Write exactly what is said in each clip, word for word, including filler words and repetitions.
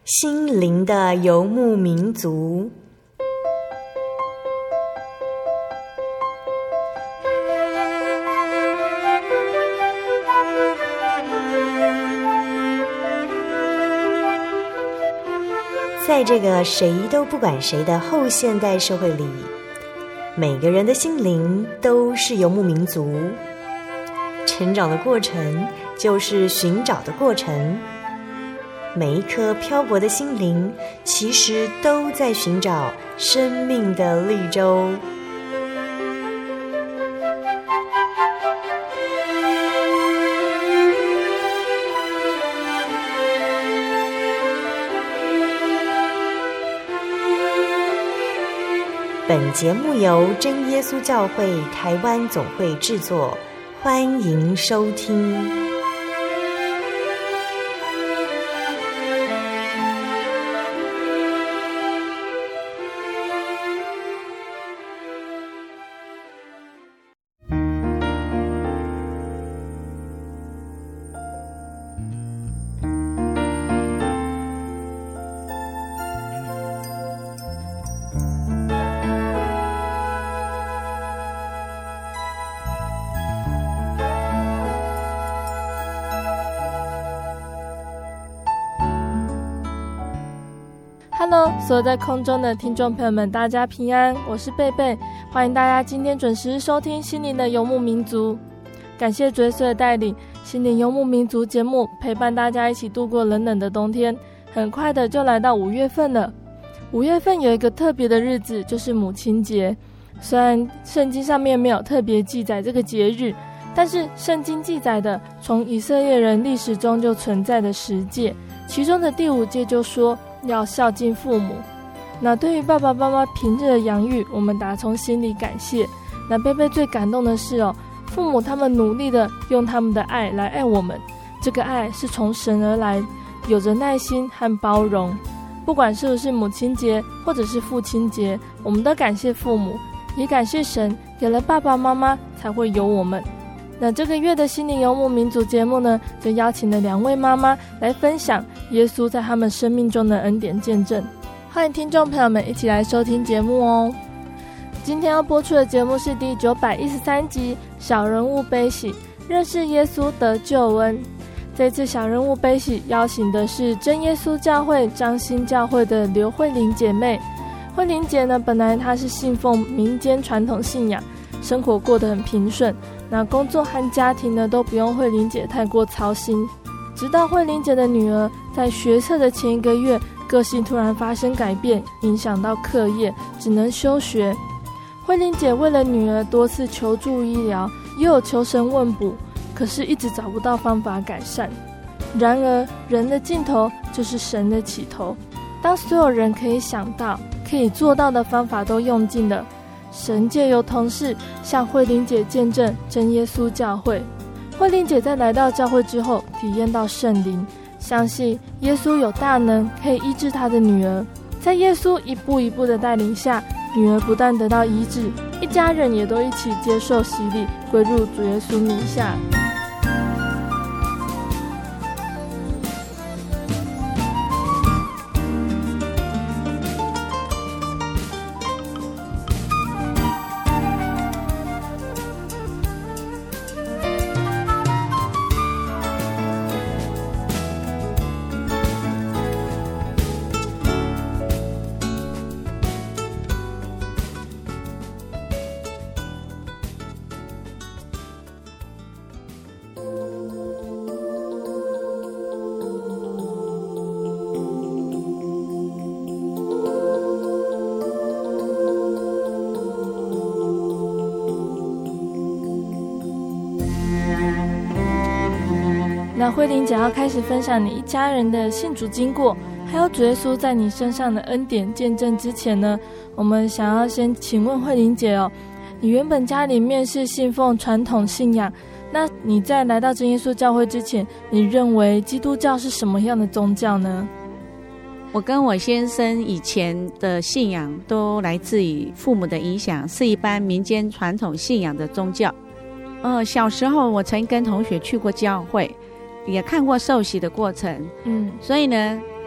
心灵的游牧民族。在这个谁都不管谁的后现代社会里，每个人的心灵都是游牧民族。成长的过程就是寻找的过程，每一颗漂泊的心灵其实都在寻找生命的绿洲。本节目由真耶稣教会台湾总会制作，欢迎收听。 Hello， 所有在空中的听众朋友们，大家平安，我是贝贝，欢迎大家今天准时收听心灵的游牧民族。感谢主耶稣的带领，心灵游牧民族节目陪伴大家一起度过冷冷的冬天，很快的就来到五月份了。五月份有一个特别的日子，就是母亲节。虽然圣经上面没有特别记载这个节日，但是圣经记载的从以色列人历史中就存在的十诫，其中的第五诫就说要孝敬父母。那对于爸爸妈妈平日的养育，我们打从心里感谢。那贝贝最感动的是哦，父母他们努力的用他们的爱来爱我们，这个爱是从神而来，有着耐心和包容。不管是不是母亲节或者是父亲节，我们都感谢父母，也感谢神给了爸爸妈妈才会有我们。那这个月的心灵游牧民族节目呢，就邀请了两位妈妈来分享耶稣在他们生命中的恩典见证。欢迎听众朋友们一起来收听节目哦。今天要播出的节目是第九百一十三集小人物悲喜，认识耶稣得救恩。这次小人物悲喜邀请的是真耶稣教会彰新教会的刘慧玲姐妹。慧玲姐呢，本来她是信奉民间传统信仰，生活过得很平顺，那工作和家庭呢都不用慧玲姐太过操心。直到慧玲姐的女儿在学测的前一个月，个性突然发生改变，影响到课业，只能休学。慧玲姐为了女儿多次求助医疗，也有求神问卜，可是一直找不到方法改善。然而人的尽头就是神的起头，当所有人可以想到可以做到的方法都用尽了，神藉由同事向慧玲姐见证真耶稣教会。慧玲姐在来到教会之后，体验到圣灵，相信耶稣有大能可以医治她的女儿。在耶稣一步一步的带领下，女儿不但得到医治，一家人也都一起接受洗礼，归入主耶稣名下。那慧玲姐要开始分享你一家人的信主经过，还有主耶稣在你身上的恩典见证之前呢，我们想要先请问慧玲姐哦，你原本家里面是信奉传统信仰，那你在来到真耶稣教会之前，你认为基督教是什么样的宗教呢？ 我跟我先生以前的信仰都来自于父母的影响，是一般民间传统信仰的宗教。呃，小时候我曾跟同学去过教会，也看过受洗的过程，嗯，所以呢，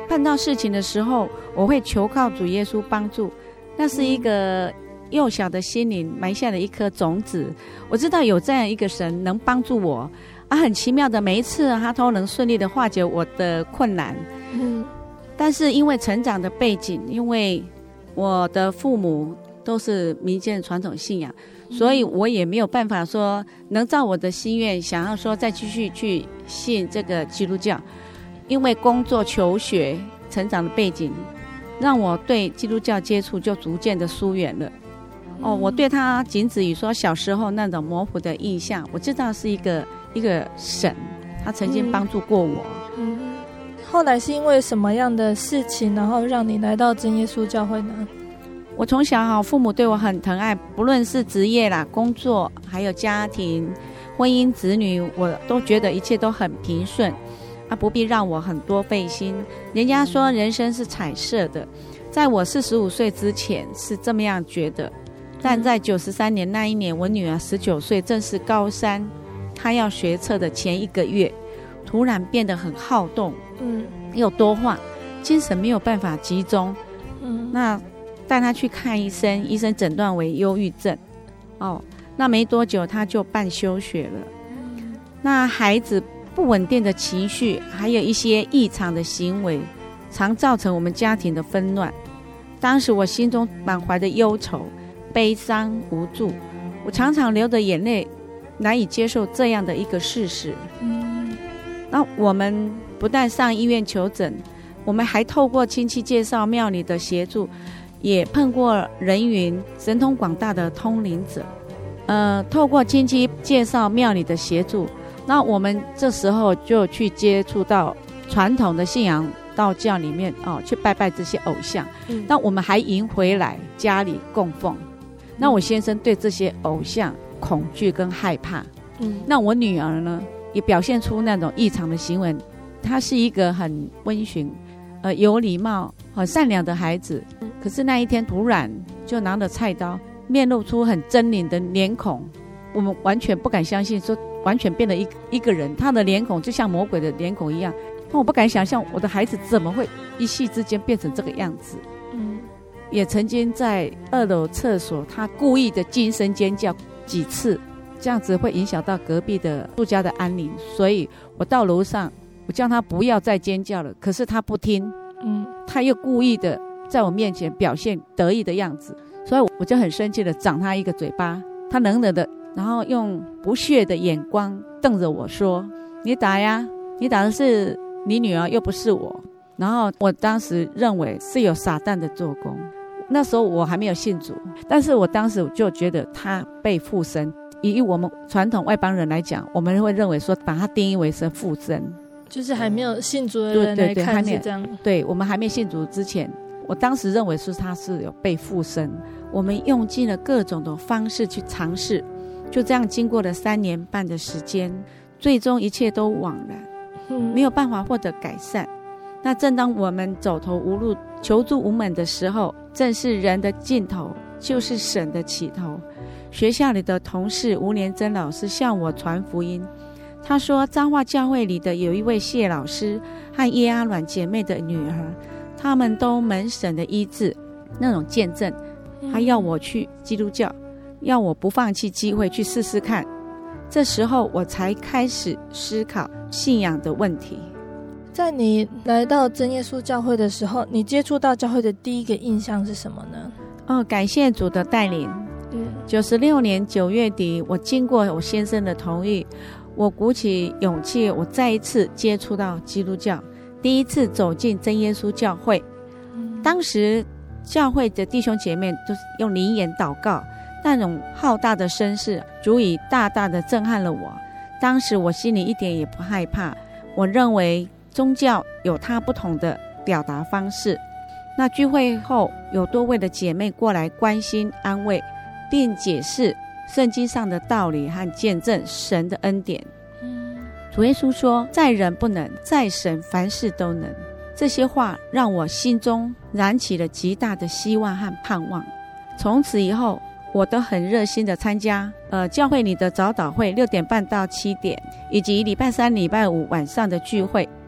碰到事情的时候，我会求靠主耶稣帮助。那是一个幼小的心灵埋下了一颗种子，我知道有这样一个神能帮助我啊，很奇妙的，每一次他都能顺利的化解我的困难。嗯，但是因为成长的背景，因为我的父母都是民间传统信仰，所以我也没有办法说能照我的心愿想要说再继续去信这个基督教。因为工作、求学、成长的背景，让我对基督教接触就逐渐的疏远了。哦，我对他仅止于说小时候那种模糊的印象，我知道是一个一个神，他曾经帮助过我。 嗯，后来是因为什么样的事情，然后让你来到真耶稣教会呢？ 我从小哈，父母对我很疼爱，不论是职业啦、工作，还有家庭、婚姻、子女，我都觉得一切都很平顺。啊，不必让我很多费心。人家说人生是彩色的，在我四十五岁之前是这么样觉得，但在九十三年那一年，我女儿十九岁，正是高三，她要学测的前一个月，突然变得很好动，嗯，又多话，精神没有办法集中，嗯，那带她去看医生，医生诊断为忧郁症，哦，那没多久她就办休学了，嗯，那孩子不稳定的情绪，还有一些异常的行为，常造成我们家庭的纷乱。当时我心中满怀的忧愁、悲伤、无助，我常常流着眼泪，难以接受这样的一个事实。嗯，那我们不但上医院求诊，我们还透过亲戚介绍、庙里的协助，也碰过人云神通广大的通灵者。呃，透过亲戚介绍、庙里的协助，那我们这时候就去接触到传统的信仰道教里面哦，去拜拜这些偶像。嗯，那我们还迎回来家里供奉。那我先生对这些偶像恐惧跟害怕。嗯，那我女儿呢，也表现出那种异常的行为。她是一个很温驯、呃有礼貌、很善良的孩子。可是那一天突然就拿着菜刀，面露出很狰狞的脸孔。我们完全不敢相信，说完全变了一一个人，他的脸孔就像魔鬼的脸孔一样。我不敢想象我的孩子怎么会一夕之间变成这个样子。嗯，也曾经在二楼厕所，他故意的惊声尖叫几次，这样子会影响到隔壁的住家的安宁。所以我到楼上，我叫他不要再尖叫了，可是他不听。嗯，他又故意的在我面前表现得意的样子，所以我就很生气的掌他一个嘴巴。他冷冷的，然后用不屑的眼光瞪着我说：“你打呀，你打的是你女儿，又不是我。”然后我当时认为是有撒旦的做工。那时候我还没有信主，但是我当时就觉得他被附身。以我们传统外邦人来讲，我们会认为说把他定义为是附身， 就是还没有信主的人来看是这样。 对对对，对，我们还没信主之前，我当时认为是他是有被附身。我们用尽了各种的方式去尝试，就这样经过了三年半的时间，最终一切都枉然，嗯，没有办法获得改善。那正当我们走投无路、求助无门的时候，正是人的尽头就是神的起头。学校里的同事吴连珍老师向我传福音，他说彰化教会里的有一位谢老师和叶阿阮姐妹的女儿，他们都门神的医治，那种见证，还要我去基督教，要我不放弃机会去试试看。这时候我才开始思考信仰的问题。 在你来到真耶稣教会的时候，你接触到教会的第一个印象是什么呢？ 哦，感谢主的带领。九十六年九月底，我经过我先生的同意，我鼓起勇气，我再一次接触到基督教，第一次走进真耶稣教会。当时教会的弟兄姐妹都是用灵言祷告，那种浩大的声势足以大大的震撼了我。当时我心里一点也不害怕，我认为宗教有它不同的表达方式。那聚会后有多位的姐妹过来关心安慰，并解释圣经上的道理和见证神的恩典。主耶稣说，在人不能，在神凡事都能。这些话让我心中燃起了极大的希望和盼望。从此以后，我都很热心的参加呃教会里的早祷会，六点半到七点，以及礼拜三、礼拜五晚上的聚会。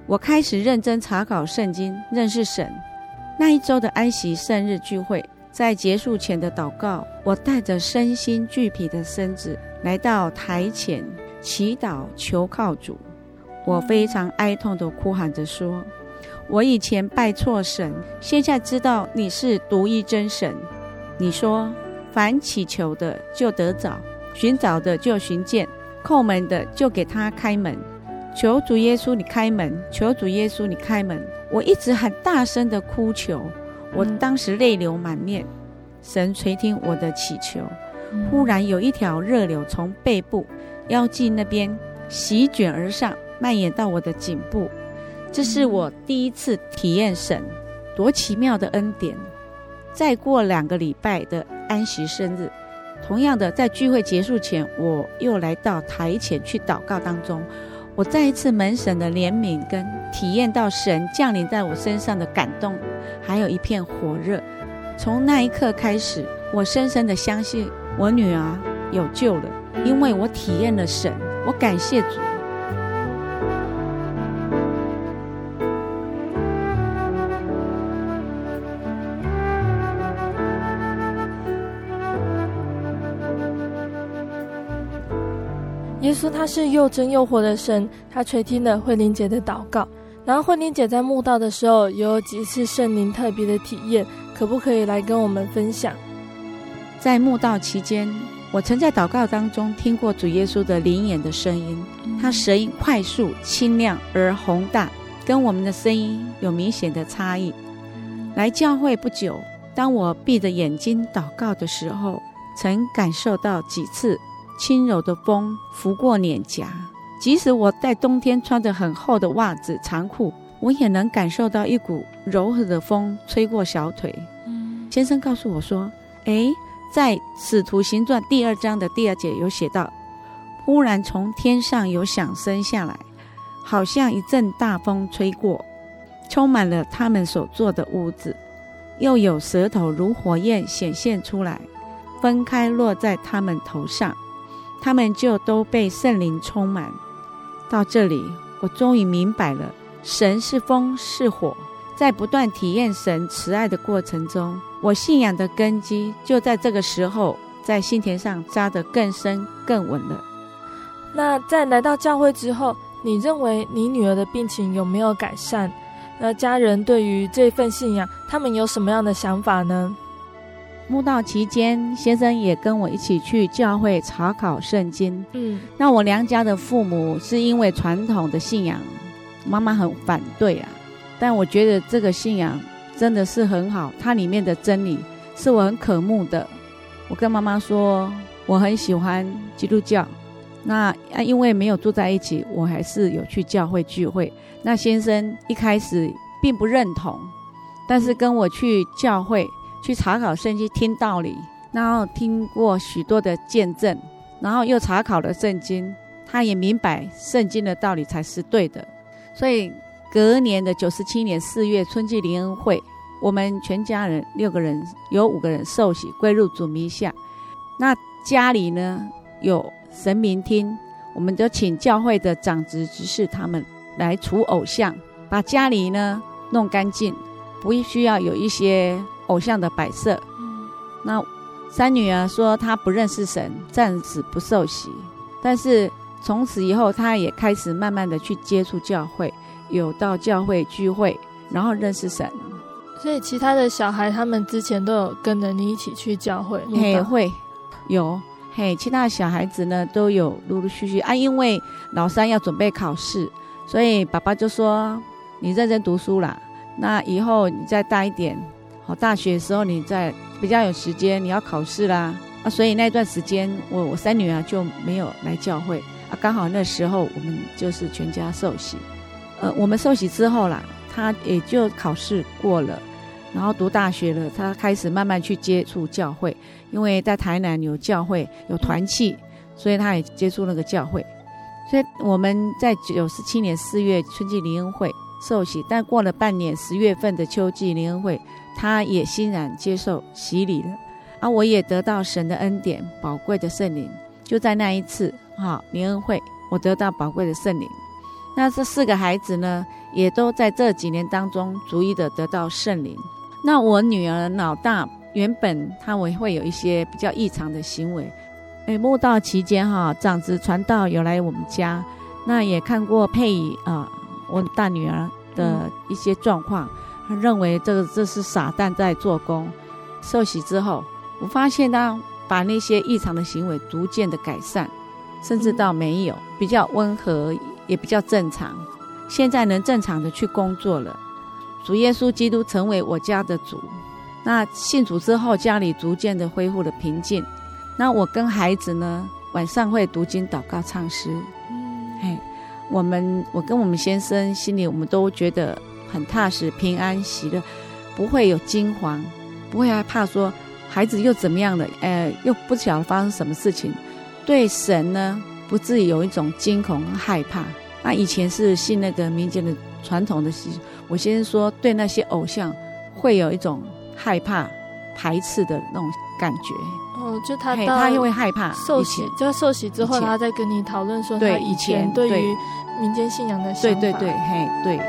我开始认真查考圣经，认识神。那一周的安息圣日聚会，在结束前的祷告，我带着身心俱疲的身子来到台前祈祷求靠主。我非常哀痛地哭喊着说，我以前拜错神，现在知道你是独一真神。你说凡祈求的就得找，寻找的就寻见，叩门的就给他开门。求主耶稣你开门，求主耶稣你开门。我一直很大声的哭求，我当时泪流满面。神垂听我的祈求，忽然有一条热流从背部腰际那边席卷而上，蔓延到我的颈部。这是我第一次体验神多奇妙的恩典。再过两个礼拜的安息生日，同样的在聚会结束前，我又来到台前去祷告当中，我再一次蒙神的怜悯，跟体验到神降临在我身上的感动，还有一片火热。从那一刻开始，我深深的相信我女儿有救了，因为我体验了神。我感谢主。 耶稣他是又真又活的神，他垂听了慧玲姐的祷告。然后慧玲姐在慕道的时候也有几次圣灵特别的体验，可不可以来跟我们分享？ 在慕道期间，我曾在祷告当中听过主耶稣的灵言的声音，他舌音快速清亮而宏大，跟我们的声音有明显的差异。来教会不久，当我闭着眼睛祷告的时候，曾感受到几次轻柔的风拂过脸颊，即使我在冬天穿着很厚的袜子长裤，我也能感受到一股柔和的风吹过小腿。嗯、先生告诉我说，诶，在使徒行传第二章的第二节有写到，忽然从天上有响声下来，好像一阵大风吹过，充满了他们所坐的屋子，又有舌头如火焰显现出来，分开落在他们头上，他们就都被圣灵充满。到这里，我终于明白了，神是风是火。在不断体验神慈爱的过程中，我信仰的根基就在这个时候在心田上扎得更深更稳了。 那在来到教会之后，你认为你女儿的病情有没有改善？那家人对于这份信仰，他们有什么样的想法呢？ 慕道期间，先生也跟我一起去教会查考圣经。嗯，那我娘家的父母是因为传统的信仰，妈妈很反对啊，但我觉得这个信仰真的是很好，它里面的真理是我很渴慕的。我跟妈妈说，我很喜欢基督教。那因为没有住在一起，我还是有去教会聚会。那先生一开始并不认同，但是跟我去教会去查考圣经听道理，然后听过许多的见证，然后又查考了圣经，他也明白圣经的道理才是对的。所以隔年的九十七年四月春季灵恩会，我们全家人六个人有五个人受洗归入主名下。那家里呢有神明厅，我们就请教会的长执执事他们来除偶像，把家里呢弄干净，不需要有一些偶像的摆设。嗯、那三女儿说她不认识神，暂时不受洗，但是从此以后她也开始慢慢的去接触教会，有到教会聚会，然后认识神。 所以其他的小孩他们之前都有跟着你一起去教会？ 嘿，会有嘿，其他的小孩子呢都有陆陆续续啊，因为老三要准备考试，所以爸爸就说你认真读书啦，那以后你再大一点，好，大学的时候你再比较有时间，你要考试啦啊，所以那段时间我我三女儿就没有来教会啊，刚好那时候我们就是全家受洗，呃，我们受洗之后啦，她也就考试过了，然后读大学了，她开始慢慢去接触教会，因为在台南有教会有团契，所以她也接触那个教会。所以我们在九十七年四月春季灵恩会受洗，但过了半年十月份的秋季灵恩会，她也欣然接受洗礼了。啊，我也得到神的恩典，宝贵的圣灵，就在那一次哈灵恩会，我得到宝贵的圣灵。 那这四个孩子呢，也都在这几年当中逐一的得到圣灵。那我女儿老大原本她会有一些比较异常的行为，诶，慕道期间哈，长子传道有来我们家，那也看过佩仪啊、呃，我大女儿的一些状况，他认为这个这是撒旦在做工。受洗之后，我发现他把那些异常的行为逐渐的改善，甚至到没有，比较温和，也比较正常。现在能正常的去工作了。主耶稣基督成为我家的主，那信主之后，家里逐渐的恢复了平静。那我跟孩子呢，晚上会读经、祷告、唱诗。嗯，嘿，我们我跟我们先生心里，我们都觉得很踏实、平安、喜乐，不会有惊惶，不会害怕说孩子又怎么样了，呃，又不晓得发生什么事情。对神呢，不至于有一种惊恐和害怕。那以前是信那个民间的传统的习俗，我先生说对那些偶像会有一种害怕、排斥的那种感觉。 哦，就他到他又会害怕。 受洗，就受洗之后，他再跟你讨论说他以前对于民间信仰的想法。 对对对，嘿，对。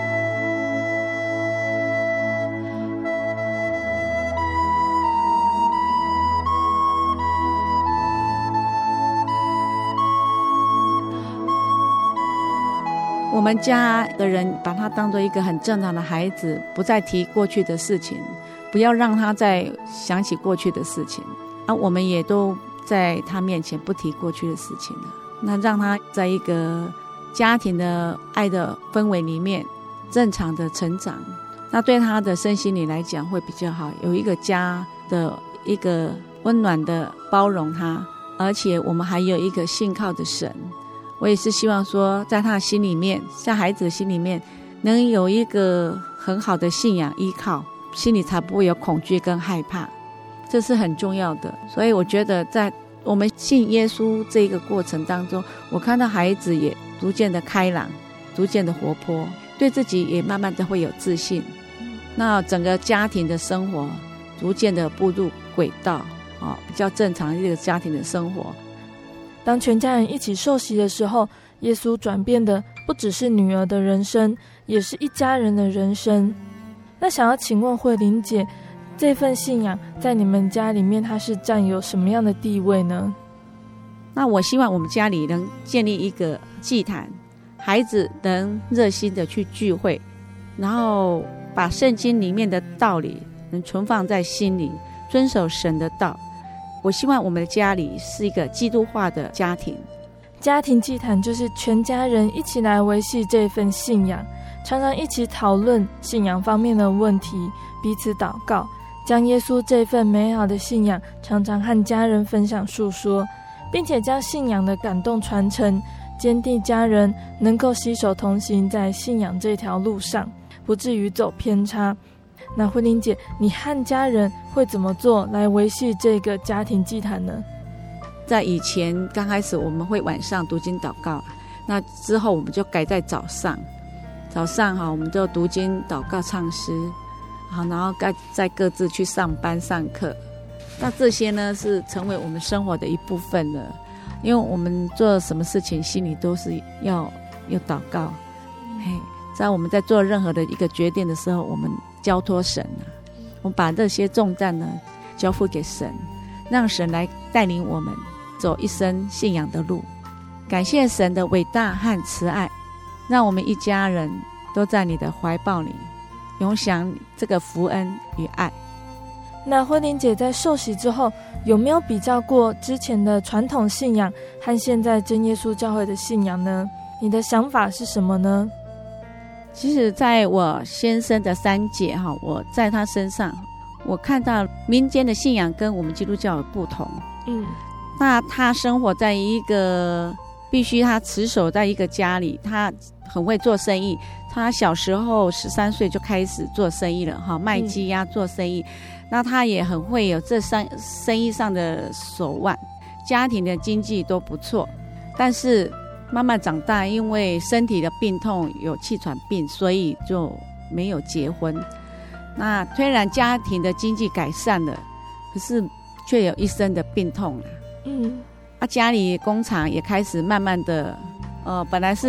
我们家的人把他当作一个很正常的孩子，不再提过去的事情，不要让他再想起过去的事情啊。我们也都在他面前不提过去的事情了，那让他在一个家庭的爱的氛围里面正常的成长，那对他的身心灵来讲会比较好，有一个家的一个温暖的包容他，而且我们还有一个信靠的神。我也是希望说，在他的心里面，在孩子的心里面，能有一个很好的信仰依靠，心里才不会有恐惧跟害怕，这是很重要的。所以我觉得在我们信耶稣这个过程当中，我看到孩子也逐渐的开朗，逐渐的活泼，对自己也慢慢的会有自信，那整个家庭的生活逐渐的步入轨道、哦、比较正常的一个家庭的生活。 当全家人一起受洗的时候，耶稣转变的不只是女儿的人生，也是一家人的人生。那想要请问慧玲姐，这份信仰在你们家里面它是占有什么样的地位呢？ 那我希望我们家里能建立一个祭坛，孩子能热心的去聚会，然后把圣经里面的道理能存放在心里，遵守神的道。我希望我们的家里是一个基督化的家庭。 家庭祭坛就是全家人一起来维系这份信仰，常常一起讨论信仰方面的问题，彼此祷告，将耶稣这份美好的信仰常常和家人分享述说，并且将信仰的感动传承，坚定家人能够携手同行在信仰这条路上，不至于走偏差。那慧玲姐，你和家人会怎么做来维系这个家庭祭坛呢？ 在以前刚开始我们会晚上读经祷告，那之后我们就改在早上，早上哈我们就读经祷告唱诗，好，然后再各自去上班上课。那这些呢是成为我们生活的一部分了，因为我们做什么事情心里都是要有祷告。嘿，在我们在做任何的一个决定的时候，我们交托神啊，我们把这些重担呢交付给神，让神来带领我们走一生信仰的路。感谢神的伟大和慈爱，让我们一家人都在你的怀抱里永享这个福恩与爱。 那慧玲姐在受洗之后，有没有比较过之前的传统信仰和现在真耶稣教会的信仰呢？你的想法是什么呢？ 其实在我先生的三姐，我在他身上我看到民间的信仰跟我们基督教有不同。嗯，那他生活在一个必须他持守在一个家里，他很会做生意，他小时候十三岁就开始做生意了，卖鸡鸭做生意、嗯、那他也很会有这生生意上的手腕，家庭的经济都不错。但是慢慢长大，因为身体的病痛，有气喘病，所以就没有结婚。那虽然家庭的经济改善了，可是却有一身的病痛啊。嗯，啊，家里工厂也开始慢慢的，呃，本来是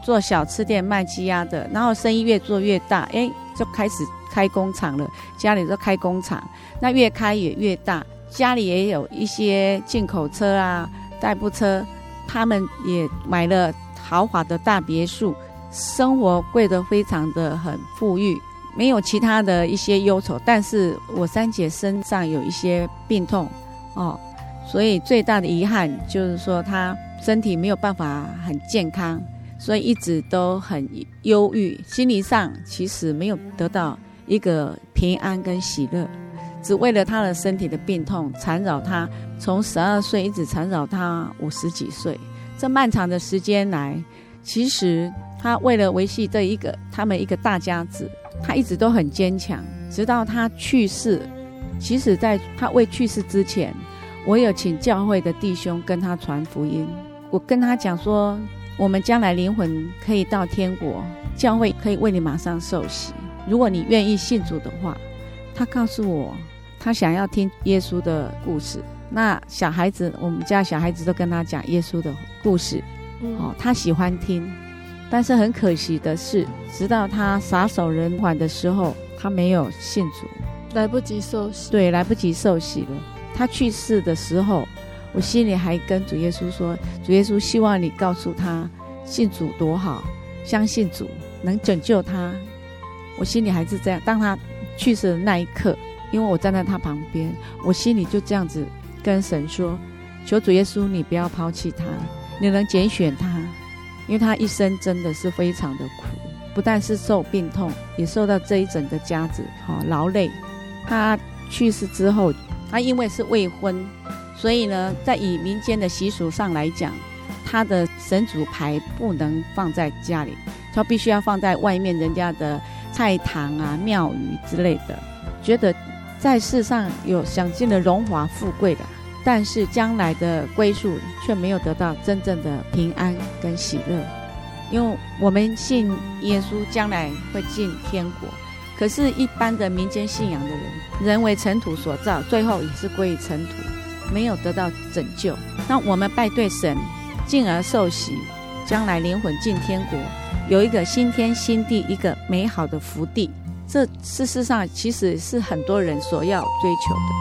做小吃店卖鸡鸭的，然后生意越做越大，哎，就开始开工厂了，家里就开工厂，那越开也越大，家里也有一些进口车啊、代步车，他们也买了豪华的大别墅，生活过得非常的很富裕，没有其他的一些忧愁。但是我三姐身上有一些病痛哦，所以最大的遗憾就是说她身体没有办法很健康，所以一直都很忧郁，心理上其实没有得到一个平安跟喜乐，只为了她的身体的病痛缠绕她，从十二岁一直缠绕她五十几岁。这漫长的时间来，其实她为了维系这一个他们一个大家子，她一直都很坚强，直到她去世。其实在她未去世之前，我有请教会的弟兄跟她传福音，我跟她讲说，我们将来灵魂可以到天国，教会可以为你马上受洗，如果你愿意信主的话。她告诉我她想要听耶稣的故事，那小孩子，我们家小孩子都跟她讲耶稣的故事、嗯哦、她喜欢听。但是很可惜的是，直到她撒手人寰的时候，她没有信主， 来不及受洗。 对，来不及受洗了。她去世的时候，我心里还跟主耶稣说，主耶稣，希望你告诉他信主多好，相信主能拯救他。我心里还是这样。当他去世的那一刻，因为我站在他旁边，我心里就这样子跟神说，求主耶稣你不要抛弃他，你能拣选他，因为他一生真的是非常的苦，不但是受病痛，也受到这一整个家子、哦、劳累。他去世之后，他因为是未婚，所以呢，在以民间的习俗上来讲，他的神主牌不能放在家里，他必须要放在外面人家的菜堂啊、庙宇之类的。觉得在世上有享尽了荣华富贵的，但是将来的归宿却没有得到真正的平安跟喜乐。因为我们信耶稣将来会进天国，可是一般的民间信仰的人，人为尘土所造，最后也是归于尘土，没有得到拯救。那我们拜对神，进而受洗，将来灵魂进天国，有一个新天新地，一个美好的福地，这事实上其实是很多人所要追求的。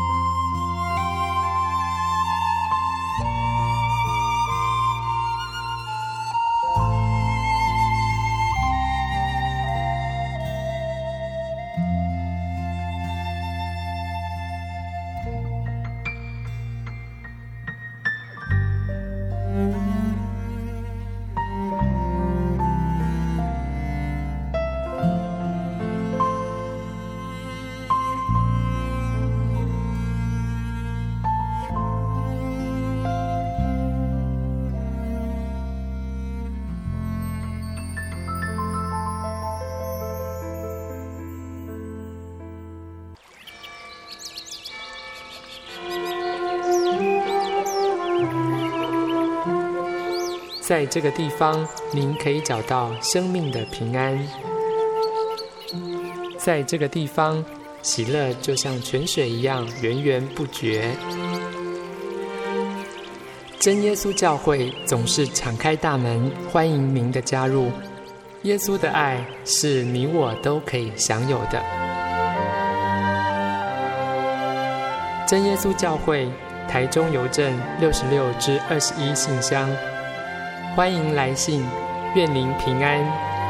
在这个地方，您可以找到生命的平安。在这个地方，喜乐就像泉水一样源源不绝。真耶稣教会总是敞开大门，欢迎您的加入。耶稣的爱是你我都可以享有的。真耶稣教会，台中邮政六十六至二十一信箱。欢迎来信，愿您平安。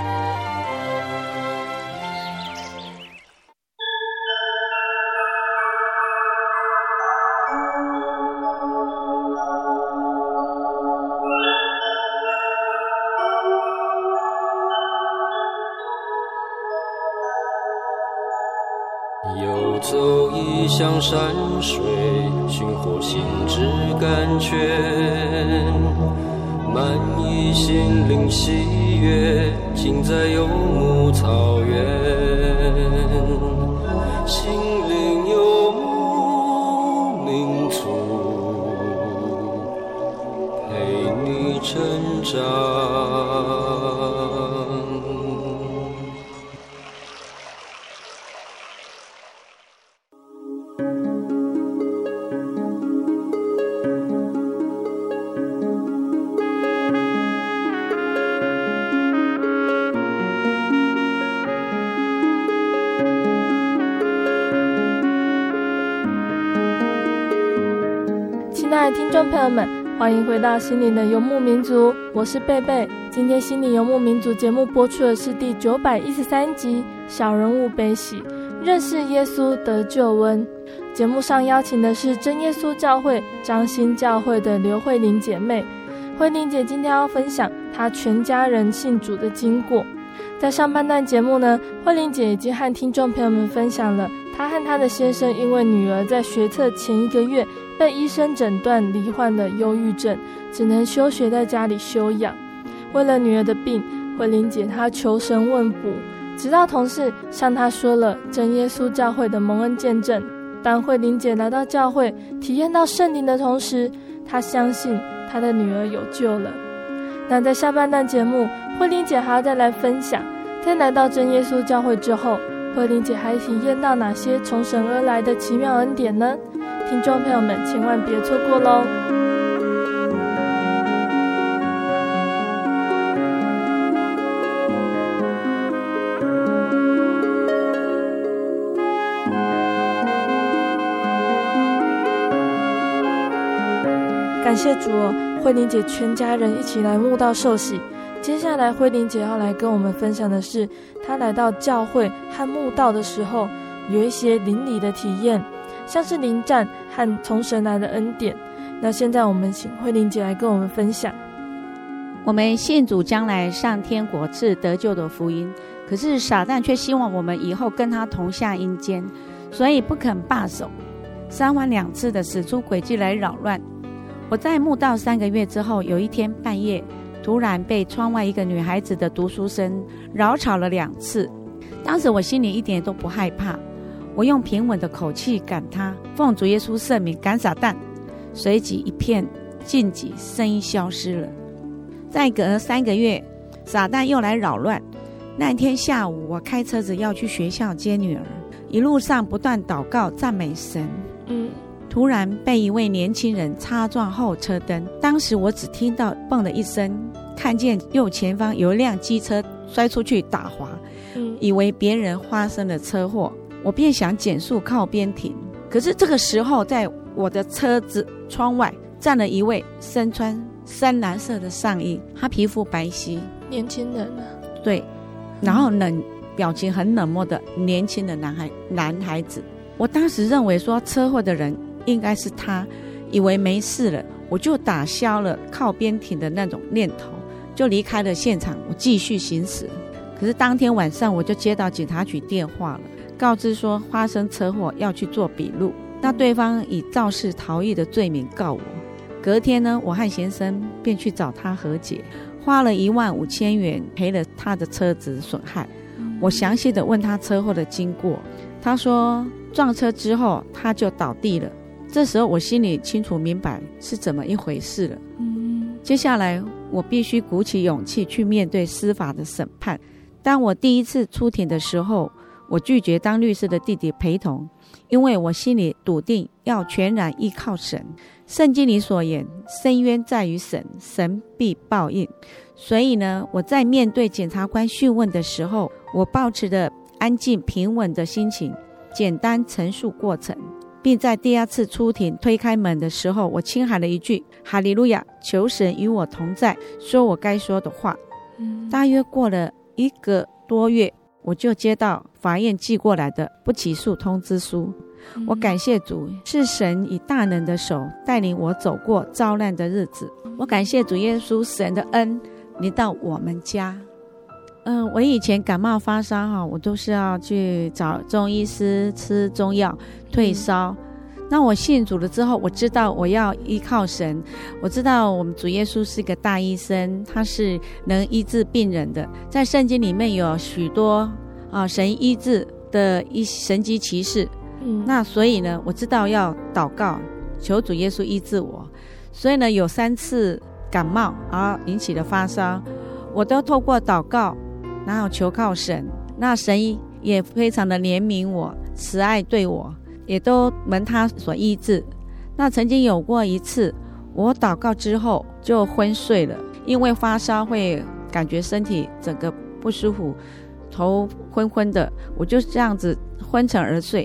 游走异乡山水，寻获心之甘泉。满溢心灵喜悦，尽在游牧草原。心灵游牧民族，陪你成长。 爱的听众朋友们，欢迎回到心灵的游牧民族，我是贝贝。今天心灵游牧民族节目播出的是第九百一十三集小人物悲喜，认识耶稣得救恩。节目上邀请的是真耶稣教会彰新教会的刘慧玲姐妹。慧玲姐今天要分享她全家人信主的经过。在上半段节目呢，慧玲姐已经和听众朋友们分享了她和她的先生因为女儿在学测前一个月被医生诊断罹患了忧郁症，只能休学在家里休养。为了女儿的病，慧玲姐她求神问卜，直到同事向她说了真耶稣教会的蒙恩见证。当慧玲姐来到教会体验到圣灵的同时，她相信她的女儿有救了。那在下半段节目，慧玲姐还要再来分享，在来到真耶稣教会之后，慧玲姐还体验到哪些从神而来的奇妙恩典呢？听众朋友们千万别错过咯。感谢主哦，慧玲姐全家人一起来慕道受洗。接下来慧玲姐要来跟我们分享的是，她来到教会和慕道的时候有一些灵里的体验，像是灵战和从神来的恩典。那现在我们请慧玲姐来跟我们分享。 我们信主将来上天国是得救的福音，可是撒旦却希望我们以后跟他同下阴间，所以不肯罢手，三番两次的使出诡计来扰乱。我在慕道三个月之后，有一天半夜突然被窗外一个女孩子的读书声扰吵了两次。当时我心里一点都不害怕，我用平稳的口气赶她，奉主耶稣圣名赶撒旦。随即一片静寂，声音消失了。再隔三个月，撒旦又来扰乱。那天下午，我开车子要去学校接女儿，一路上不断祷告赞美神。嗯。突然被一位年轻人擦撞后车灯，当时我只听到蹦的一声，看见右前方有一辆机车摔出去打滑，嗯，以为别人发生了车祸，我便想减速靠边停。可是这个时候，在我的车子窗外站了一位身穿深蓝色的上衣，他皮肤白皙， 年轻人啊， 对，然后冷表情很冷漠的年轻的男孩男孩子。我当时认为说车祸的人应该是他，以为没事了，我就打消了靠边停的那种念头，就离开了现场，我继续行驶。可是当天晚上我就接到警察局电话了，告知说发生车祸要去做笔录，那对方以肇事逃逸的罪名告我。隔天呢，我和先生便去找他和解，花了一万五千元赔了他的车子损害。我详细的问他车祸的经过，他说撞车之后他就倒地了。这时候我心里清楚明白是怎么一回事了。嗯，接下来我必须鼓起勇气去面对司法的审判。当我第一次出庭的时候，我拒绝当律师的弟弟陪同，因为我心里笃定要全然依靠神。圣经里所言，伸冤在于神，神必报应。所以呢，我在面对检察官讯问的时候，我抱持着安静平稳的心情，简单陈述过程，并在第二次出庭推开门的时候，我轻喊了一句哈利路亚，求神与我同在，说我该说的话。嗯，大约过了一个多月，我就接到法院寄过来的不起诉通知书。嗯，我感谢主，是神以大能的手带领我走过遭难的日子。我感谢主耶稣，神的恩临到我们家。嗯，我以前感冒发烧哈，我都是要去找中医师吃中药退烧。嗯，那我信主了之后，我知道我要依靠神，我知道我们主耶稣是个大医生，他是能医治病人的。在圣经里面有许多啊神医治的一神迹奇事。嗯，那所以呢，我知道要祷告，求主耶稣医治我。所以呢，有三次感冒而引起的发烧，我都透过祷告，然后求靠神，那神也非常的怜悯我，慈爱对我，也都蒙他所医治。那曾经有过一次，我祷告之后就昏睡了，因为发烧会感觉身体整个不舒服，头昏昏的，我就这样子昏沉而睡。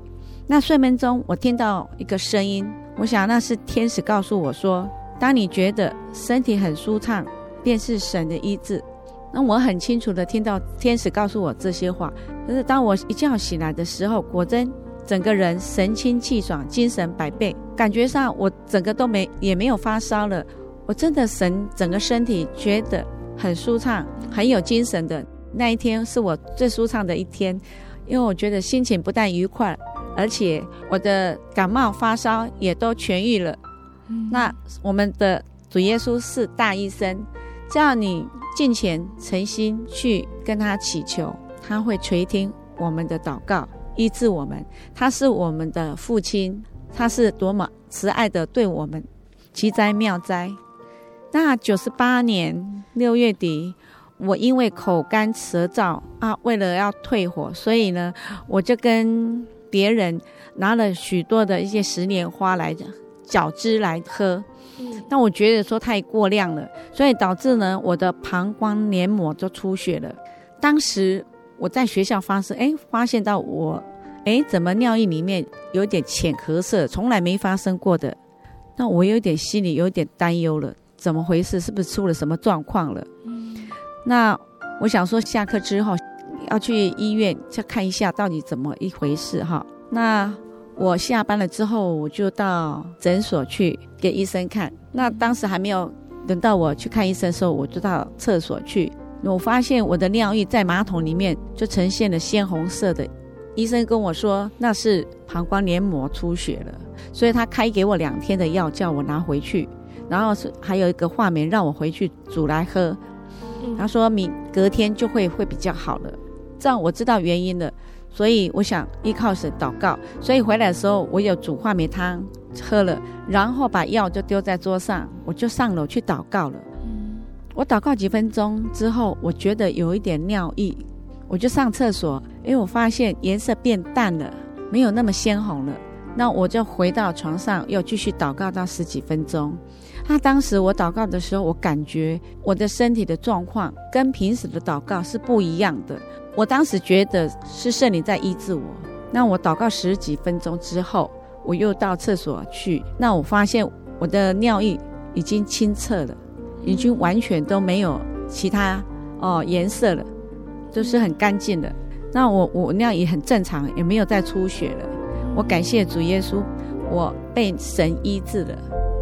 那睡梦中我听到一个声音，我想那是天使告诉我说，当你觉得身体很舒畅，便是神的医治。那我很清楚的听到天使告诉我这些话，可是当我一觉醒来的时候，果真整个人神清气爽，精神百倍，感觉上我整个都没也没有发烧了，我真的神整个身体觉得很舒畅，很有精神的。那一天是我最舒畅的一天，因为我觉得心情不但愉快，而且我的感冒发烧也都痊愈了、嗯、那我们的主耶稣是大医生，只要你敬虔诚心去跟他祈求，他会垂听我们的祷告，医治我们。他是我们的父亲，他是多么慈爱的对我们，奇哉妙哉。那九十八年六月底，我因为口干舌燥啊，为了要退火，所以呢我就跟别人拿了许多的一些石莲花来搅汁来喝，那我觉得说太过量了，所以导致呢我的膀胱黏膜就出血了。当时我在学校发生，哎，发现到我哎怎么尿液里面有点浅褐色，从来没发生过的。那我有点心里有点担忧了，怎么回事？是不是出了什么状况了？嗯、那我想说下课之后要去医院去看一下到底怎么一回事哈。那我下班了之后，我就到诊所去给医生看。那当时还没有等到我去看医生的时候，我就到厕所去，我发现我的尿液在马桶里面就呈现了鲜红色的。医生跟我说那是膀胱黏膜出血了，所以他开给我两天的药叫我拿回去，然后是还有一个话梅让我回去煮来喝。他说明隔天就会会比较好了，这样我知道原因了。所以我想依靠神祷告，所以回来的时候我有煮话梅汤喝了，然后把药就丢在桌上，我就上楼去祷告了。我祷告几分钟之后，我觉得有一点尿意，我就上厕所，因为我发现颜色变淡了，没有那么鲜红了。那我就回到床上又继续祷告到十几分钟。那当时我祷告的时候，我感觉我的身体的状况跟平时的祷告是不一样的，我当时觉得是圣灵在医治我。那我祷告十几分钟之后，我又到厕所去，那我发现我的尿液已经清澈了，已经完全都没有其他哦颜色了，就是很干净了。那我我尿液很正常，也没有再出血了。我感谢主耶稣，我被神医治了。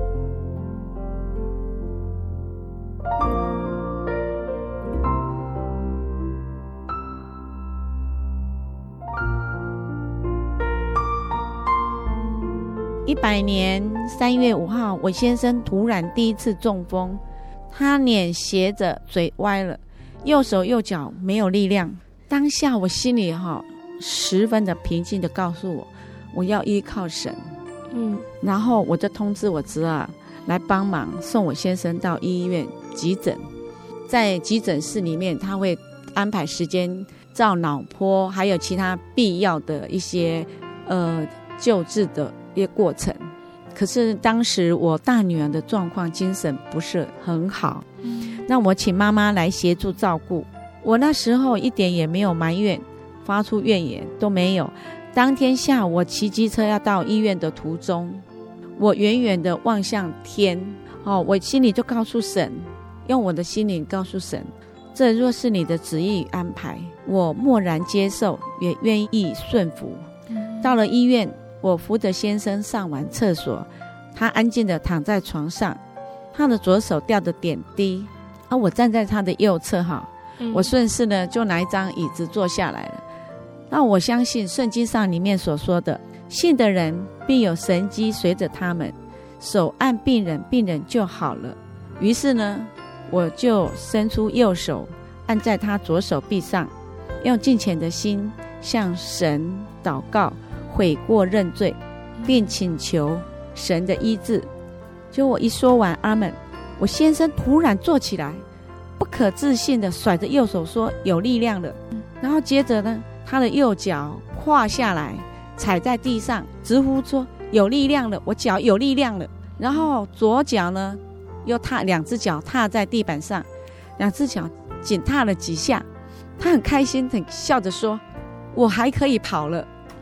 一百年三月五号，我先生突然第一次中风，他脸斜着，嘴歪了，右手右脚没有力量。当下我心里哈十分的平静的告诉我，我要依靠神。嗯，然后我就通知我侄儿来帮忙送我先生到医院急诊，在急诊室里面他会安排时间照脑波，还有其他必要的一些呃救治的一些过程。可是当时我大女儿的状况精神不是很好，嗯，那我请妈妈来协助照顾。我那时候一点也没有埋怨，发出怨言都没有。当天下午我骑机车要到医院的途中，我远远的望向天，哦，我心里就告诉神，用我的心灵告诉神，这若是你的旨意与安排，我默然接受，也愿意顺服。嗯，到了医院，我扶着先生上完厕所，他安静地躺在床上，他的左手吊着点滴，啊，我站在他的右侧哈，嗯，我顺势呢就拿一张椅子坐下来了。那我相信圣经上里面所说的，信的人必有神迹随着他们，手按病人，病人就好了。于是呢，我就伸出右手按在他左手臂上，用敬虔的心向神祷告，悔过认罪，并请求神的医治。就我一说完阿们，我先生突然坐起来，不可置信的甩着右手说有力量了。然后接着呢，他的右脚跨下来踩在地上，直呼说有力量了，我脚有力量了。然后左脚呢又踏两只脚踏在地板上，两只脚紧踏了几下，他很开心，很笑着说我还可以跑了。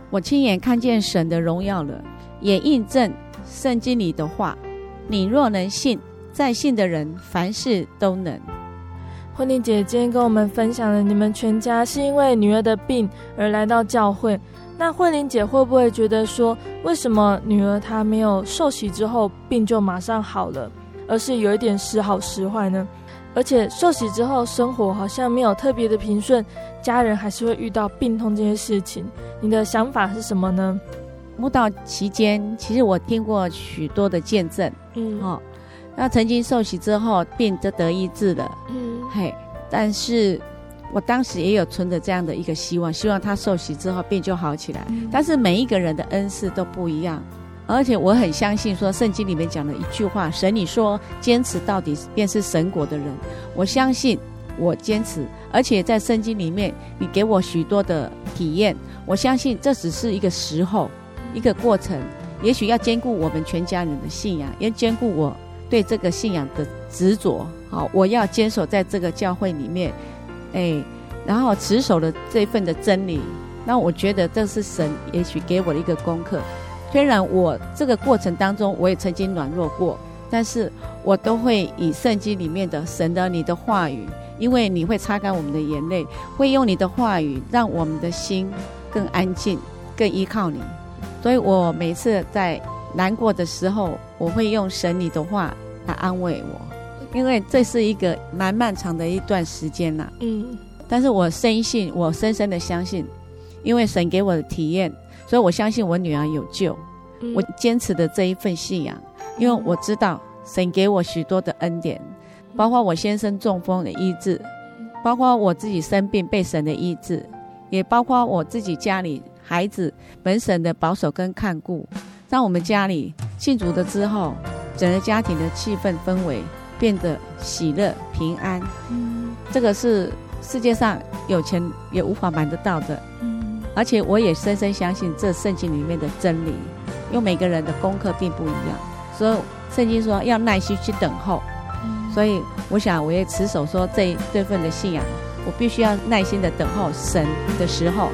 我亲眼看见神的荣耀了，也印证圣经里的话，你若能信，在信的人凡事都能。 慧玲姐今天跟我们分享了你们全家是因为女儿的病而来到教会，那慧玲姐会不会觉得说，为什么女儿她没有受洗之后病就马上好了，而是有一点时好时坏呢？而且受洗之后生活好像没有特别的平顺，家人还是会遇到病痛这些事情，你的想法是什么呢？ 慕道期间，其实我听过许多的见证，嗯，哦，那曾经受洗之后病就得医治了，嗯，嘿，但是我当时也有存着这样的一个希望，希望他受洗之后病就好起来，嗯，但是每一个人的恩赐都不一样，而且我很相信说圣经里面讲的一句话，神你说坚持到底便是神国的人，我相信我坚持，而且在圣经里面你给我许多的体验，我相信这只是一个时候一个过程，也许要兼顾我们全家人的信仰，也兼顾我对这个信仰的执着，好，我要坚守在这个教会里面，哎，然后持守了这份的真理，那我觉得这是神也许给我的一个功课。虽然我这个过程当中我也曾经软弱过，但是我都会以圣经里面的神的你的话语，因为你会擦干我们的眼泪，会用你的话语让我们的心更安静，更依靠你。所以我每次在难过的时候，我会用神你的话来安慰我，因为这是一个蛮漫长的一段时间啦。嗯，但是我深信，我深深的相信，因为神给我的体验，所以我相信我女儿有救，嗯，我坚持的这一份信仰，因为我知道神给我许多的恩典，包括我先生中风的医治，包括我自己生病被神的医治，也包括我自己家里孩子本神的保守跟看顾，让我们家里信主的之后，整个家庭的气氛氛围变得喜乐平安，嗯，这个是世界上有钱也无法买得到的，嗯，而且我也深深相信这圣经里面的真理，因为每个人的功课并不一样，所以圣经说要耐心去等候，嗯，所以我想我也持守说这这份的信仰，我必须要耐心的等候神的时候。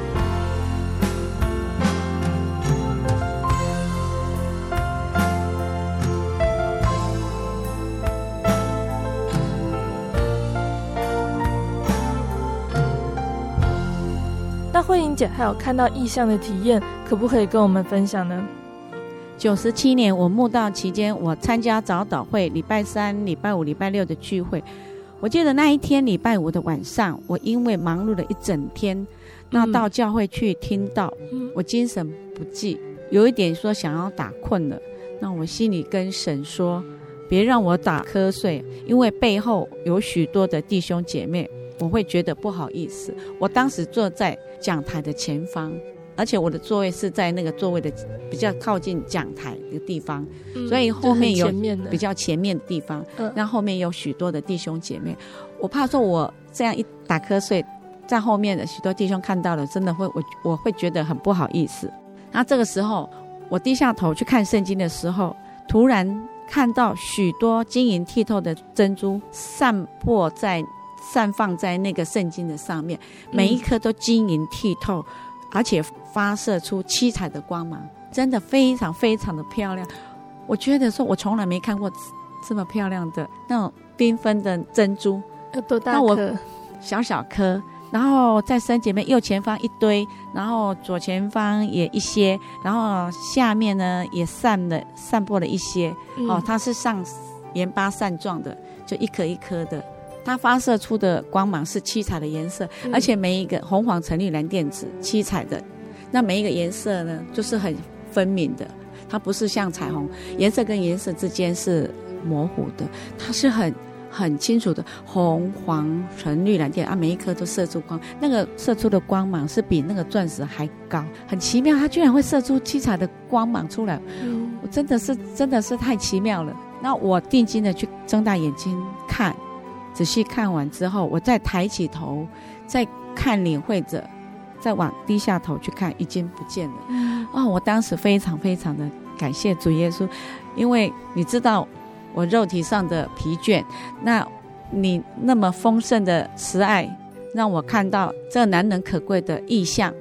那慧玲姐还有看到异象的体验，可不可以跟我们分享呢？ 九十七年我慕道期间，我参加早祷会，礼拜三、礼拜五、礼拜六的聚会。我记得那一天礼拜五的晚上，我因为忙碌了一整天，那到教会去听到，嗯，我精神不济，有一点说想要打困了。那我心里跟神说，别让我打瞌睡，因为背后有许多的弟兄姐妹，我会觉得不好意思。我当时坐在讲台的前方，而且我的座位是在那个座位的比较靠近讲台的地方，嗯，所以后面有比较前面的地方，嗯，那后面有许多的弟兄姐妹，我怕说我这样一打瞌睡，在后面的许多弟兄看到了，真的会我我会觉得很不好意思。那这个时候我低下头去看圣经的时候，突然看到许多晶莹剔透的珍珠散播在散放在那个圣经的上面，每一颗都晶莹剔透，而且发射出七彩的光芒，真的非常非常的漂亮。我觉得说我从来没看过这么漂亮的那种缤纷的珍珠。 有多大颗？ 那我小小颗，然后在圣姐妹右前方一堆，然后左前方也一些，然后下面呢也散了散播了一些，嗯，哦，它是像盐巴扇状的，就一颗一颗的，它发射出的光芒是七彩的颜色，嗯，而且每一个红黄橙绿蓝靛紫七彩的，那每一个颜色呢就是很分明的，它不是像彩虹颜色跟颜色之间是模糊的，它是很很清楚的红黄橙绿蓝靛啊，每一颗都射出光，那个射出的光芒是比那个钻石还高，很奇妙，它居然会射出七彩的光芒出来，嗯，我真的是真的是太奇妙了。那我定睛的去睁大眼睛看，仔细看完之后，我再抬起头再看领会着，再往低下头去看，已经不见了，嗯，哦，我当时非常非常的感谢主耶稣，因为你知道我肉体上的疲倦，那你那么丰盛的慈爱让我看到这难能可贵的异象，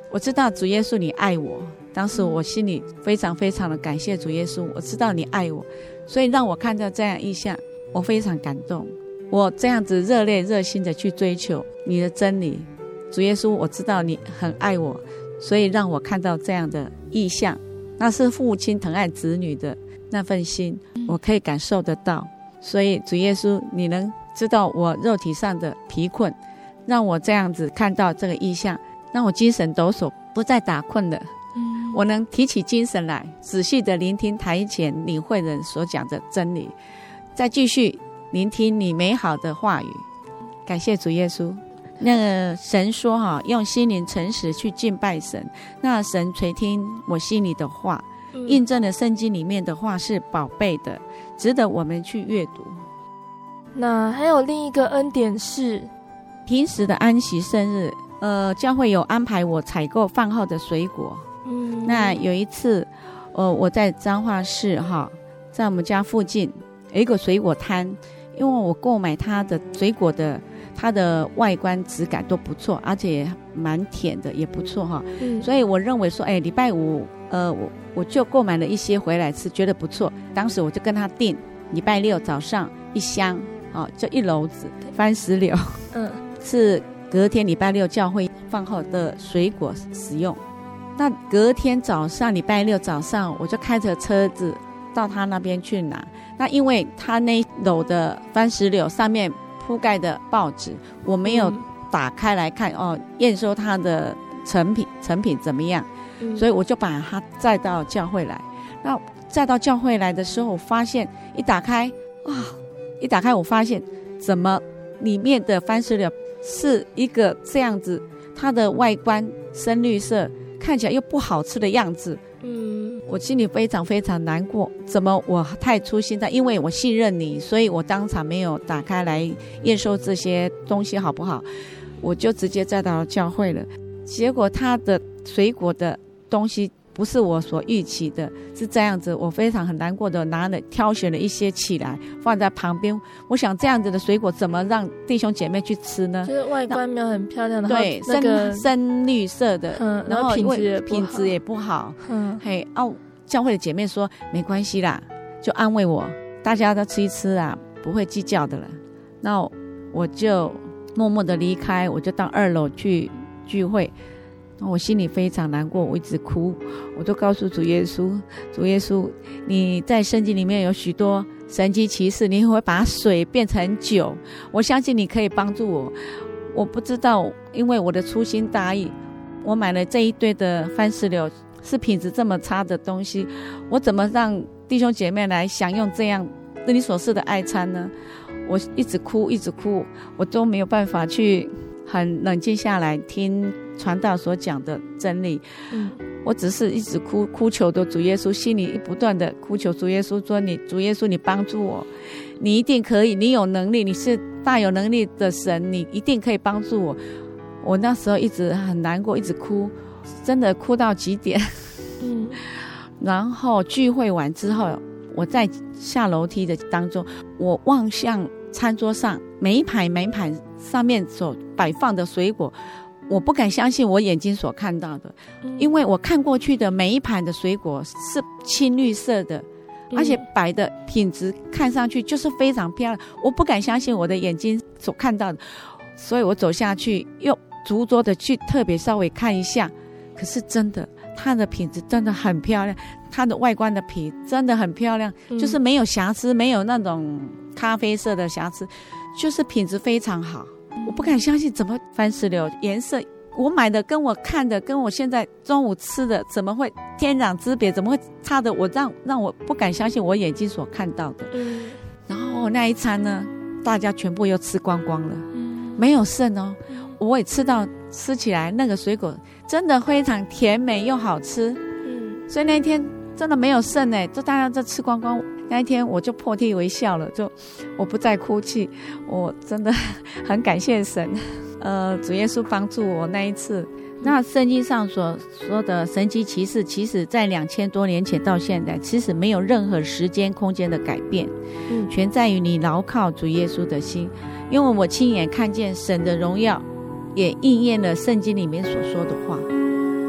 我知道主耶稣你爱我，当时我心里非常非常的感谢主耶稣，我知道你爱我，所以让我看到这样意象，我非常感动。我这样子热烈热心的去追求你的真理，主耶稣，我知道你很爱我，所以让我看到这样的意象，那是父亲疼爱子女的那份心，我可以感受得到。所以主耶稣，你能知道我肉体上的疲困，让我这样子看到这个意象，让我精神抖擞，不再打困了。我能提起精神来，仔细的聆听台前领会人所讲的真理，再继续聆听你美好的话语。感谢主耶稣。那个神说哈，用心灵诚实去敬拜神，那神垂听我心里的话，嗯、印证了圣经里面的话是宝贝的，值得我们去阅读。 那还有另一个恩典是平时的安息生日，呃，教会有安排我采购饭后的水果。嗯，那有一次，呃，我在彰化市哈，在我们家附近有一个水果摊，因为我购买它的水果的，它的外观质感都不错，而且蛮甜的，也不错哈。嗯，所以我认为说，哎，礼拜五，呃，我我就购买了一些回来吃，觉得不错。当时我就跟他订，礼拜六早上一箱，哦，就一篓子番石榴，嗯，是隔天礼拜六教会饭后的水果使用。那隔天早上礼拜六早上，我就开着车子到他那边去拿。那因为他那篓的番石榴上面铺盖的报纸我没有打开来看、嗯、哦，验收它的成品成品怎么样、嗯、所以我就把它载到教会来。那载到教会来的时候，我发现一打开哇，一打开我发现怎么里面的番石榴是一个这样子，它的外观深绿色，看起来又不好吃的样子。嗯，我心里非常非常难过，怎么我太粗心了？因为我信任你，所以我当场没有打开来验收这些东西好不好，我就直接载到教会了。结果他的水果的东西不是我所预期的，是这样子，我非常很难过的拿了挑选了一些起来放在旁边。我想这样子的水果怎么让弟兄姐妹去吃呢？就是外观没有很漂亮的， 对，那个深绿色的， 嗯， 然后品质也品质也不好， 嗯， 嘿，哦，教会的姐妹说没关系啦，就安慰我，大家都吃一吃啊，不会计较的了。那我就默默的离开，我就到二楼去聚会。我心里非常难过，我一直哭，我都告诉主耶稣，主耶稣，你在圣经里面有许多神迹奇事，你会把水变成酒，我相信你可以帮助我。我不知道，因为我的粗心大意，我买了这一堆的番石榴，是品质这么差的东西，我怎么让弟兄姐妹来享用这样对你所示的爱餐呢？我一直哭一直哭，我都没有办法去很冷静下来听传道所讲的真理、嗯、我只是一直哭哭求的主耶稣，心里不断的哭求主耶稣说，你主耶稣你帮助我，你一定可以，你有能力，你是大有能力的神，你一定可以帮助我。我那时候一直很难过，一直哭，真的哭到极点、嗯、然后聚会完之后，我在下楼梯的当中，我望向餐桌上每一盘每一盘上面所摆放的水果，我不敢相信我眼睛所看到的、嗯、因为我看过去的每一盘的水果是青绿色的、嗯、而且摆的品质看上去就是非常漂亮，我不敢相信我的眼睛所看到的，所以我走下去又逐桌的去特别稍微看一下，可是真的它的品质真的很漂亮，它的外观的皮真的很漂亮、嗯、就是没有瑕疵，没有那种咖啡色的瑕疵，就是品质非常好。我不敢相信，怎么番石榴颜色我买的跟我看的跟我现在中午吃的怎么会天壤之别，怎么会差的，我让让我不敢相信我眼睛所看到的、嗯、然后那一餐呢，大家全部又吃光光了、嗯、没有剩哦、嗯、我也吃到，吃起来那个水果真的非常甜美又好吃、嗯、所以那一天真的没有剩耶，就大家都吃光光。那一天我就破涕为笑了，就我不再哭泣，我真的很感谢神，呃，主耶稣帮助我那一次。那圣经上所说的神迹奇事，其实在两千多年前到现在，其实没有任何时间空间的改变、嗯、全在于你牢靠主耶稣的心。因为我亲眼看见神的荣耀，也应验了圣经里面所说的话。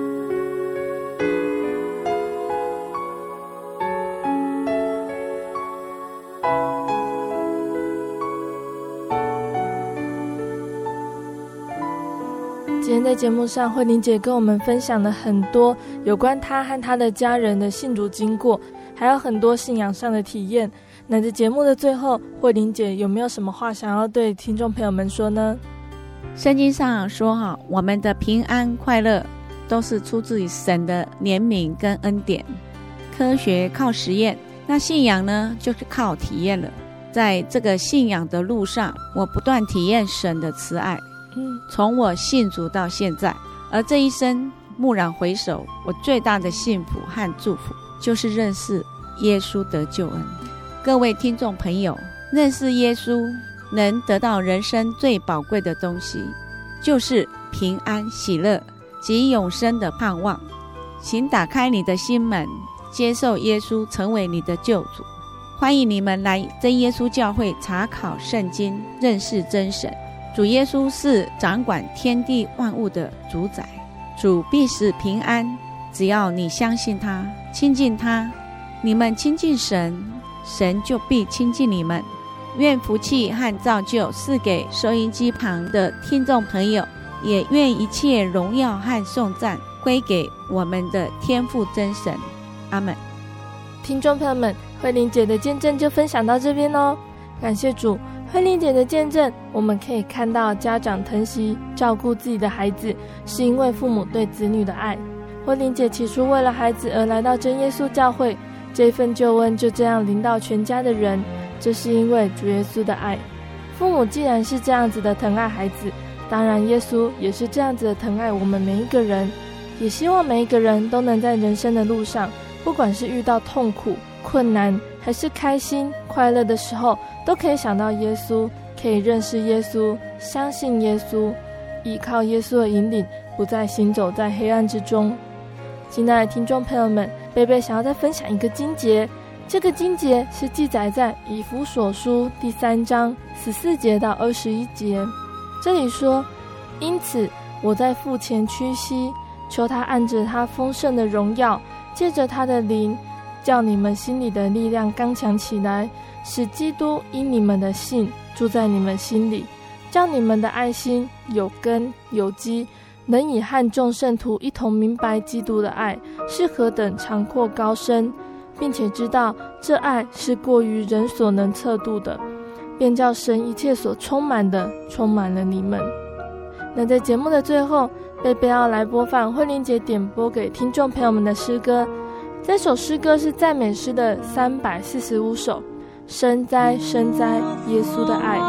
天在节目上，慧玲姐跟我们分享了很多有关她和她的家人的信主经过，还有很多信仰上的体验。那在节目的最后，慧玲姐有没有什么话想要对听众朋友们说呢？ 圣经上说哈，我们的平安快乐都是出自于神的怜悯跟恩典。科学靠实验，那信仰呢就是靠体验了。在这个信仰的路上，我不断体验神的慈爱， 嗯， 从我信主到现在。而这一生蓦然回首，我最大的幸福和祝福就是认识耶稣得救恩。各位听众朋友，认识耶稣能得到人生最宝贵的东西，就是平安喜乐及永生的盼望。请打开你的心门，接受耶稣成为你的救主。欢迎你们来真耶稣教会查考圣经，认识真神。主耶稣是掌管天地万物的主宰，主必使平安，只要你相信他，亲近他。你们亲近神，神就必亲近你们。愿福气和造就赐给收音机旁的听众朋友，也愿一切荣耀和颂赞归给我们的天父真神。阿们。 听众朋友们，慧玲姐的见证就分享到这边哦。感谢主，慧玲姐的见证，我们可以看到家长疼惜照顾自己的孩子，是因为父母对子女的爱。慧玲姐起初为了孩子而来到真耶稣教会，这份救恩就这样临到全家的人，这是因为主耶稣的爱。父母既然是这样子的疼爱孩子，当然耶稣也是这样子的疼爱我们每一个人。也希望每一个人都能在人生的路上，不管是遇到痛苦、困难，还是开心、快乐的时候，都可以想到耶稣，可以认识耶稣，相信耶稣，依靠耶稣的引领，不再行走在黑暗之中。亲爱的听众朋友们，贝贝想要再分享一个经节，这个经节是记载在以弗所书第三章十四节到二十一节。这里说，因此我在父前屈膝，求他按着他丰盛的荣耀，借着他的灵，叫你们心里的力量刚强起来，使基督因你们的信住在你们心里，叫你们的爱心有根有基，能以和众圣徒一同明白基督的爱是何等长阔高深，并且知道这爱是过于人所能测度的，便叫神一切所充满的充满了你们。那在节目的最后，贝贝要来播放慧玲姐点播给听众朋友们的诗歌。这首诗歌是赞美诗的三百四十五首，深哉深哉耶稣的爱。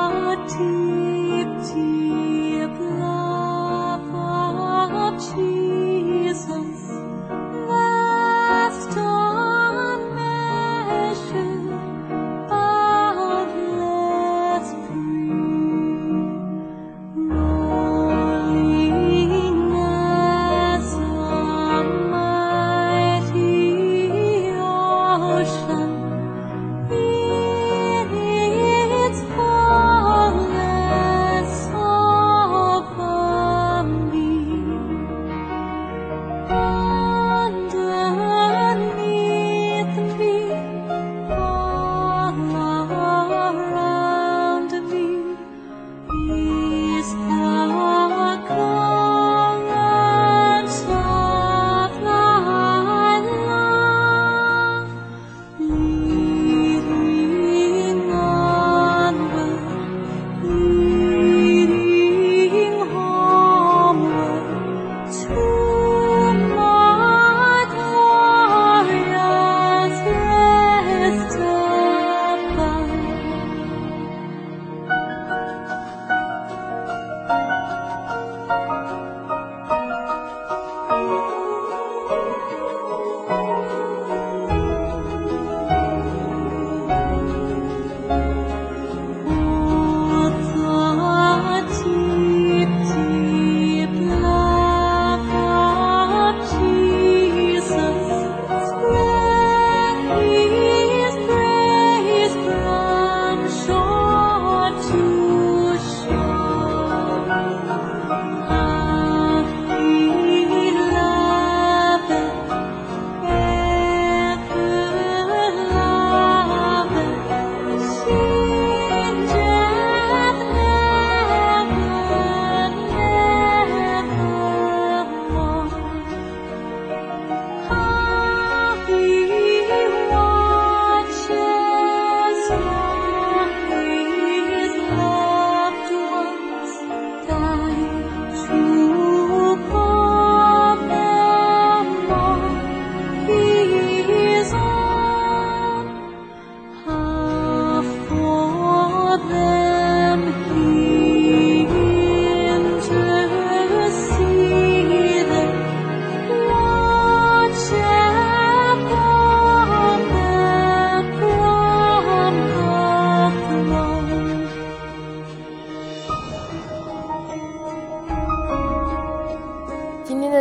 It's all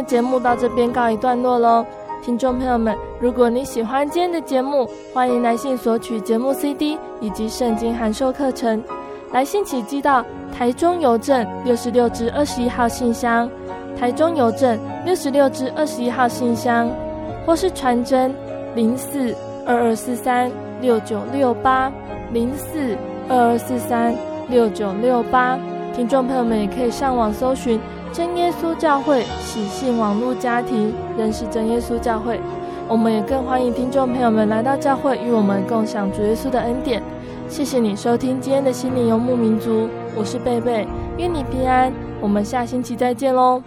节目到这边告一段落咯。听众朋友们，如果你喜欢今天的节目，欢迎来信索取节目 C D 以及圣经函授课程。来信请寄到台中邮政六十六支二十一号信箱，台中邮政六十六支二十一号信箱，或是传真零四二二四三六九六八零四二二四三六九六八。听众朋友们也可以上网搜寻真耶稣教会喜信网络家庭，认识真耶稣教会。我们也更欢迎听众朋友们来到教会，与我们共享主耶稣的恩典。谢谢你收听今天的心灵游牧民族，我是贝贝，愿你平安，我们下星期再见咯。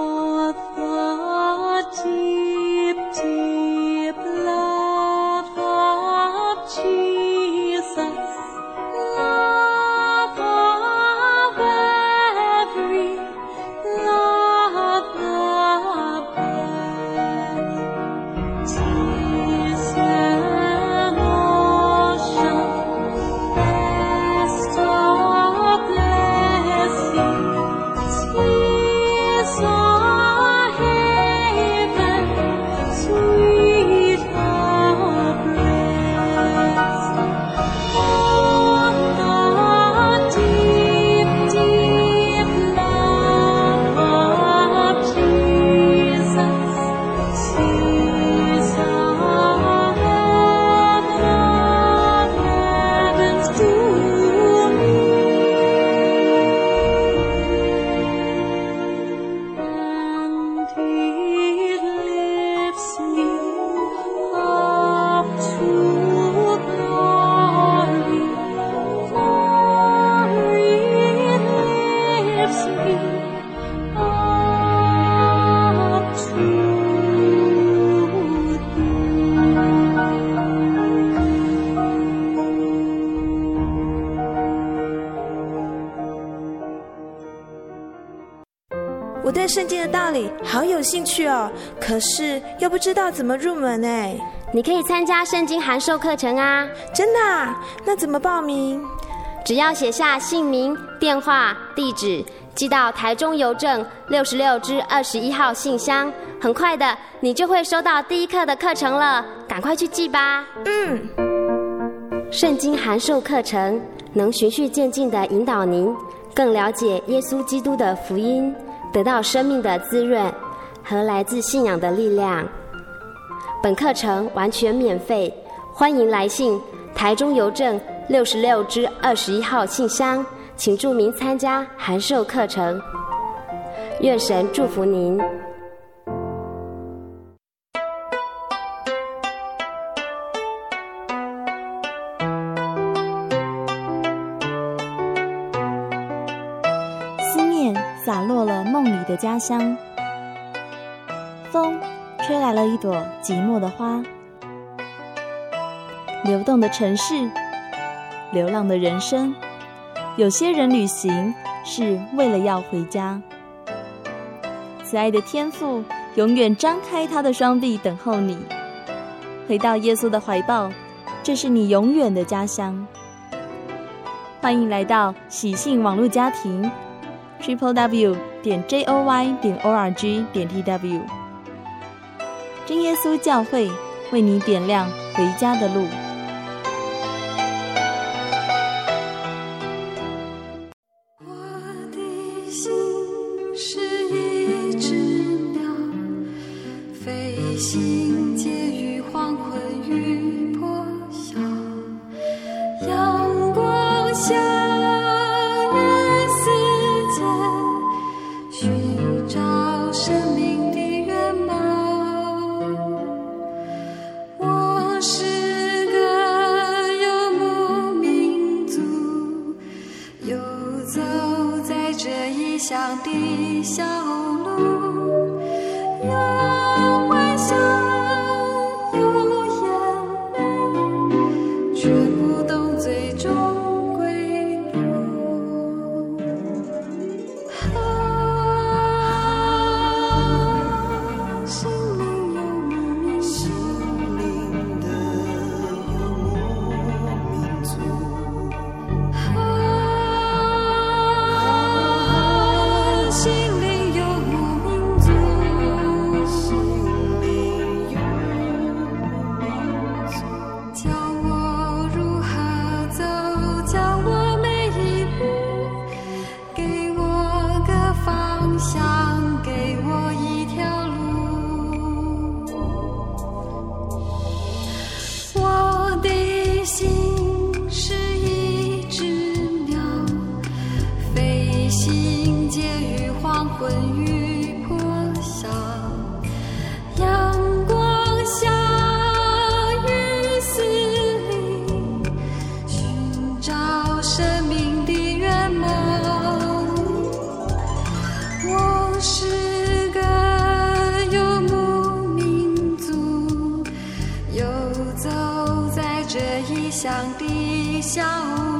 我对圣经的道理好有兴趣哦，可是又不知道怎么入门哎。 你可以参加圣经函授课程啊。 真的啊？那怎么报名？ 只要写下姓名、电话、地址，寄到台中邮政六十六支二十一号信箱，很快的你就会收到第一课的课程了，赶快去寄吧。 嗯。 圣经函授课程能循序渐进地引导您更了解耶稣基督的福音，得到生命的滋润和来自信仰的力量。本课程完全免费，欢迎来信台中邮政六十六支二十一号信箱，请注明参加函授课程。愿神祝福您。 思念洒落了梦里的家乡，风吹来了一朵寂寞的花。流动的城市，流浪的人生，有些人旅行是为了要回家。慈爱的天父永远张开他的双臂等候你，回到耶稣的怀抱，这是你永远的家乡。欢迎来到喜信网络家庭 triple w 点 j o y 点 o r g 点 t w， 真耶稣教会为你点亮回家的路。 是个走在这异乡的小